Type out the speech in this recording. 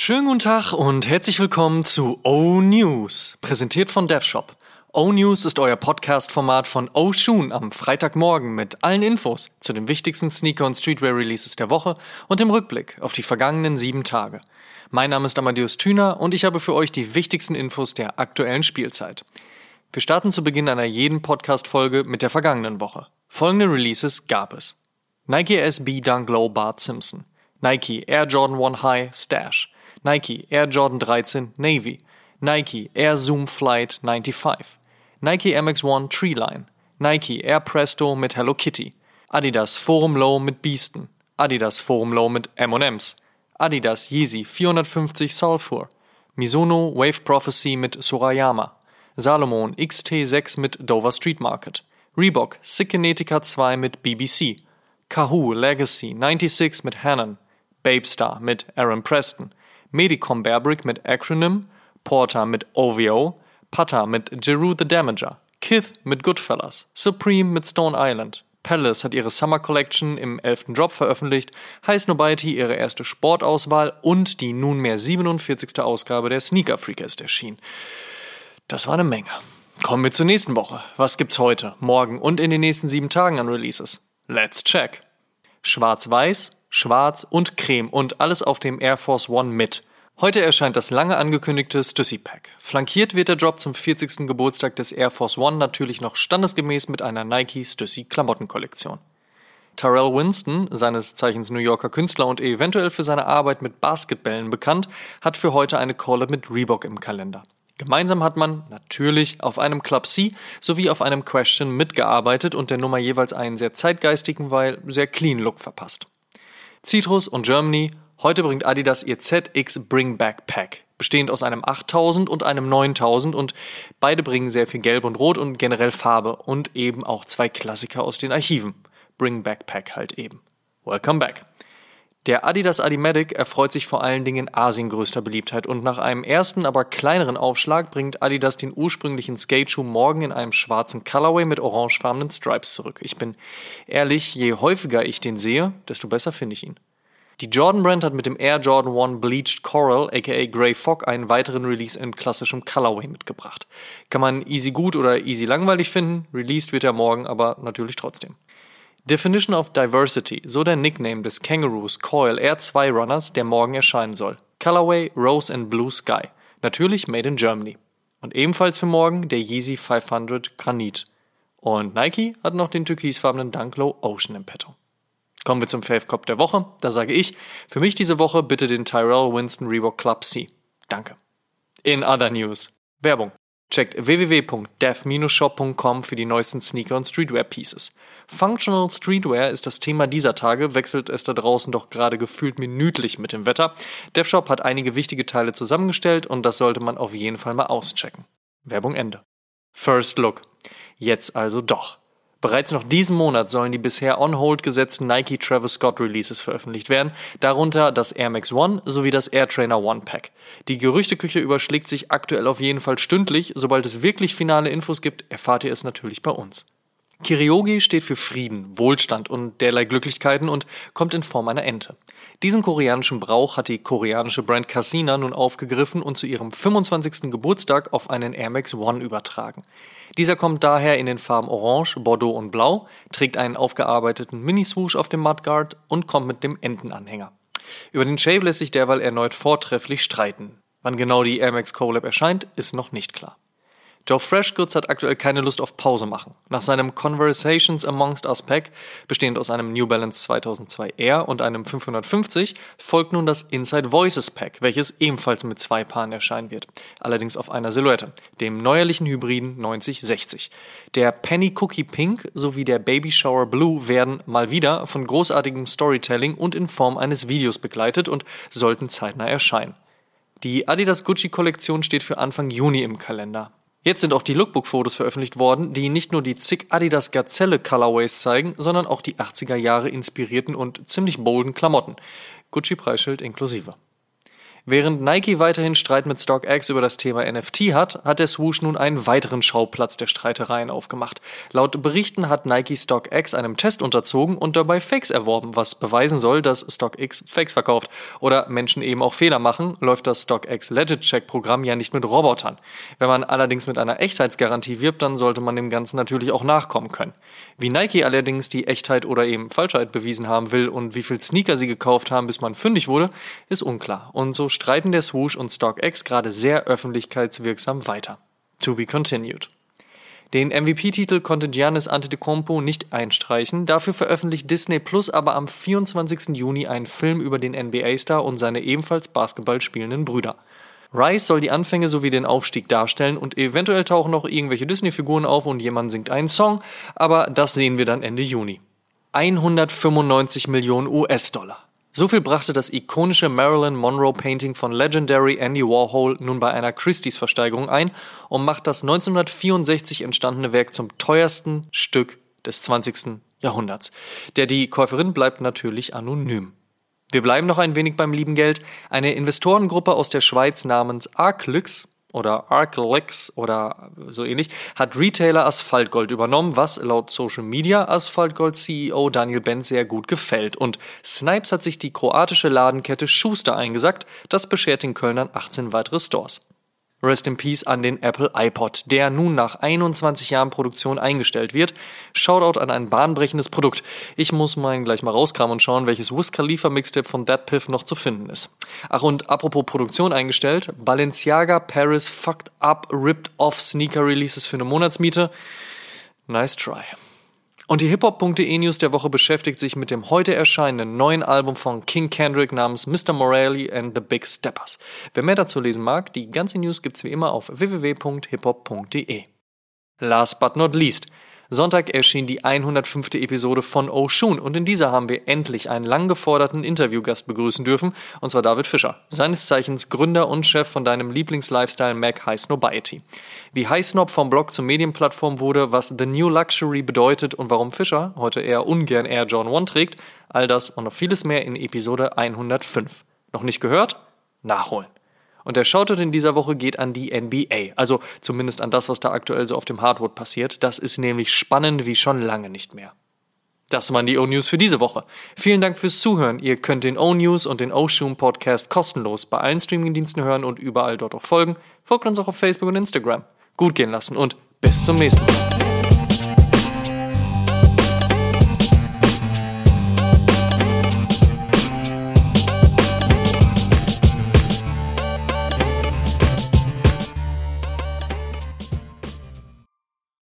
Schönen guten Tag und herzlich willkommen zu O-News, präsentiert von DevShop. O-News ist euer Podcast-Format von O-Shoon am Freitagmorgen mit allen Infos zu den wichtigsten Sneaker- und Streetwear-Releases der Woche und dem Rückblick auf die vergangenen 7 Tage. Mein Name ist Amadeus Thüner und ich habe für euch die wichtigsten Infos der aktuellen Spielzeit. Wir starten zu Beginn einer jeden Podcast-Folge mit der vergangenen Woche. Folgende Releases gab es: Nike SB Dunk Low Bart Simpson, Nike Air Jordan 1 High Stash, Nike Air Jordan 13 Navy, Nike Air Zoom Flight 95, Nike MX1 Treeline, Nike Air Presto mit Hello Kitty, Adidas Forum Low mit Beasten, Adidas Forum Low mit M&M's, Adidas Yeezy 450 Sulfur, Mizuno Wave Prophecy mit Sorayama, Salomon XT6 mit Dover Street Market, Reebok Cikinetica 2 mit BBC, Kahoo Legacy 96 mit Hanon, Babestar mit Aaron Preston, Medicom Bearbrick mit Acronym, Porter mit OVO, Pata mit Giroud the Damager, Kith mit Goodfellas, Supreme mit Stone Island, Palace hat ihre Summer Collection im 11. Drop veröffentlicht, High Snobiety ihre erste Sportauswahl und die nunmehr 47. Ausgabe der Sneaker Freak ist erschienen. Das war eine Menge. Kommen wir zur nächsten Woche. Was gibt's heute, morgen und in den nächsten 7 Tagen an Releases? Let's check. Schwarz-Weiß, Schwarz und Creme und alles auf dem Air Force One mit. Heute erscheint das lange angekündigte Stussy Pack. Flankiert wird der Drop zum 40. Geburtstag des Air Force One natürlich noch standesgemäß mit einer Nike Stussy Klamottenkollektion. Tyrell Winston, seines Zeichens New Yorker Künstler und eventuell für seine Arbeit mit Basketballen bekannt, hat für heute eine Collab mit Reebok im Kalender. Gemeinsam hat man natürlich auf einem Club C sowie auf einem Question mitgearbeitet und der Nummer jeweils einen sehr zeitgeistigen, weil sehr clean Look verpasst. Citrus und Germany: Heute bringt Adidas ihr ZX Bring Back Pack, bestehend aus einem 8000 und einem 9000 und beide bringen sehr viel Gelb und Rot und generell Farbe und eben auch 2 Klassiker aus den Archiven. Bring Back Pack halt eben. Welcome back. Der Adidas Adimatic erfreut sich vor allen Dingen in Asien größter Beliebtheit und nach einem ersten, aber kleineren Aufschlag bringt Adidas den ursprünglichen Skateschuh morgen in einem schwarzen Colorway mit orangefarbenen Stripes zurück. Ich bin ehrlich, je häufiger ich den sehe, desto besser finde ich ihn. Die Jordan Brand hat mit dem Air Jordan 1 Bleached Coral aka Grey Fog einen weiteren Release in klassischem Colorway mitgebracht. Kann man easy gut oder easy langweilig finden, released wird er morgen aber natürlich trotzdem. Definition of Diversity, so der Nickname des Kangaroos Coil Air 2 Runners, der morgen erscheinen soll. Colorway Rose and Blue Sky, natürlich made in Germany. Und ebenfalls für morgen der Yeezy 500 Granit. Und Nike hat noch den türkisfarbenen Dunk Low Ocean im Petto. Kommen wir zum Fave Cop der Woche. Da sage ich, für mich diese Woche bitte den Tyrell Winston Reebok Club C. Danke. In other news: Werbung. Checkt www.dev-shop.com für die neuesten Sneaker- und Streetwear-Pieces. Functional Streetwear ist das Thema dieser Tage, wechselt es da draußen doch gerade gefühlt minütlich mit dem Wetter. DevShop hat einige wichtige Teile zusammengestellt und das sollte man auf jeden Fall mal auschecken. Werbung Ende. First Look. Jetzt also doch. Bereits noch diesen Monat sollen die bisher on hold gesetzten Nike Travis Scott Releases veröffentlicht werden, darunter das Air Max One sowie das Air Trainer One Pack. Die Gerüchteküche überschlägt sich aktuell auf jeden Fall stündlich, sobald es wirklich finale Infos gibt, erfahrt ihr es natürlich bei uns. Kiryogi steht für Frieden, Wohlstand und derlei Glücklichkeiten und kommt in Form einer Ente. Diesen koreanischen Brauch hat die koreanische Brand Cassina nun aufgegriffen und zu ihrem 25. Geburtstag auf einen Air Max One übertragen. Dieser kommt daher in den Farben Orange, Bordeaux und Blau, trägt einen aufgearbeiteten Mini-Swoosh auf dem Mudguard und kommt mit dem Entenanhänger. Über den Shape lässt sich derweil erneut vortrefflich streiten. Wann genau die Air Max Collab erscheint, ist noch nicht klar. Joe Freshgoods hat aktuell keine Lust auf Pause machen. Nach seinem Conversations Amongst Us Pack, bestehend aus einem New Balance 2002 Air und einem 550, folgt nun das Inside Voices Pack, welches ebenfalls mit 2 Paaren erscheinen wird. Allerdings auf einer Silhouette, dem neuerlichen Hybriden 9060. Der Penny Cookie Pink sowie der Baby Shower Blue werden mal wieder von großartigem Storytelling und in Form eines Videos begleitet und sollten zeitnah erscheinen. Die Adidas Gucci Kollektion steht für Anfang Juni im Kalender. Jetzt sind auch die Lookbook-Fotos veröffentlicht worden, die nicht nur die zig Adidas Gazelle Colorways zeigen, sondern auch die 80er Jahre inspirierten und ziemlich bolden Klamotten. Gucci-Preisschild inklusive. Während Nike weiterhin Streit mit StockX über das Thema NFT hat, hat der Swoosh nun einen weiteren Schauplatz der Streitereien aufgemacht. Laut Berichten hat Nike StockX einem Test unterzogen und dabei Fakes erworben, was beweisen soll, dass StockX Fakes verkauft. Oder Menschen eben auch Fehler machen, läuft das StockX Legit Check Programm ja nicht mit Robotern. Wenn man allerdings mit einer Echtheitsgarantie wirbt, dann sollte man dem Ganzen natürlich auch nachkommen können. Wie Nike allerdings die Echtheit oder eben Falschheit bewiesen haben will und wie viel Sneaker sie gekauft haben, bis man fündig wurde, ist unklar. Und so streiten der Swoosh und StockX gerade sehr öffentlichkeitswirksam weiter. To be continued. Den MVP-Titel konnte Giannis Antetokounmpo nicht einstreichen, dafür veröffentlicht Disney Plus aber am 24. Juni einen Film über den NBA-Star und seine ebenfalls Basketball spielenden Brüder. Rice soll die Anfänge sowie den Aufstieg darstellen und eventuell tauchen noch irgendwelche Disney-Figuren auf und jemand singt einen Song, aber das sehen wir dann Ende Juni. 195 Millionen US-Dollar. So viel brachte das ikonische Marilyn Monroe-Painting von Legendary Andy Warhol nun bei einer Christie's-Versteigerung ein und macht das 1964 entstandene Werk zum teuersten Stück des 20. Jahrhunderts. Die Käuferin bleibt natürlich anonym. Wir bleiben noch ein wenig beim lieben Geld. Eine Investorengruppe aus der Schweiz namens Arc'Lix oder Arc'Lix oder so ähnlich, hat Retailer Asphaltgold übernommen, was laut Social Media Asphaltgold-CEO Daniel Benz sehr gut gefällt. Und Snipes hat sich die kroatische Ladenkette Schuster eingesackt, das beschert den Kölnern 18 weitere Stores. Rest in Peace an den Apple iPod, der nun nach 21 Jahren Produktion eingestellt wird. Shoutout an ein bahnbrechendes Produkt. Ich muss meinen gleich mal rauskramen und schauen, welches Wiz Khalifa Mixtape von Dat Piff noch zu finden ist. Ach, und apropos Produktion eingestellt, Balenciaga Paris fucked up, ripped off Sneaker Releases für eine Monatsmiete. Nice try. Und die hiphop.de News der Woche beschäftigt sich mit dem heute erscheinenden neuen Album von King Kendrick namens Mr. Morale and the Big Steppers. Wer mehr dazu lesen mag, die ganze News gibt's wie immer auf www.hiphop.de. Last but not least. Sonntag erschien die 105. Episode von Oshun und in dieser haben wir endlich einen lang geforderten Interviewgast begrüßen dürfen, und zwar David Fischer, seines Zeichens Gründer und Chef von deinem Lieblings-Lifestyle-Mac Highsnobiety. Wie Highsnob vom Blog zur Medienplattform wurde, was The New Luxury bedeutet und warum Fischer heute eher ungern Air Jordan 1 trägt, all das und noch vieles mehr in Episode 105. Noch nicht gehört? Nachholen. Und der Shoutout in dieser Woche geht an die NBA, also zumindest an das, was da aktuell so auf dem Hardwood passiert. Das ist nämlich spannend wie schon lange nicht mehr. Das waren die O-News für diese Woche. Vielen Dank fürs Zuhören. Ihr könnt den O-News und den Oshun Podcast kostenlos bei allen Streamingdiensten hören und überall dort auch folgen. Folgt uns auch auf Facebook und Instagram. Gut gehen lassen und bis zum nächsten Mal.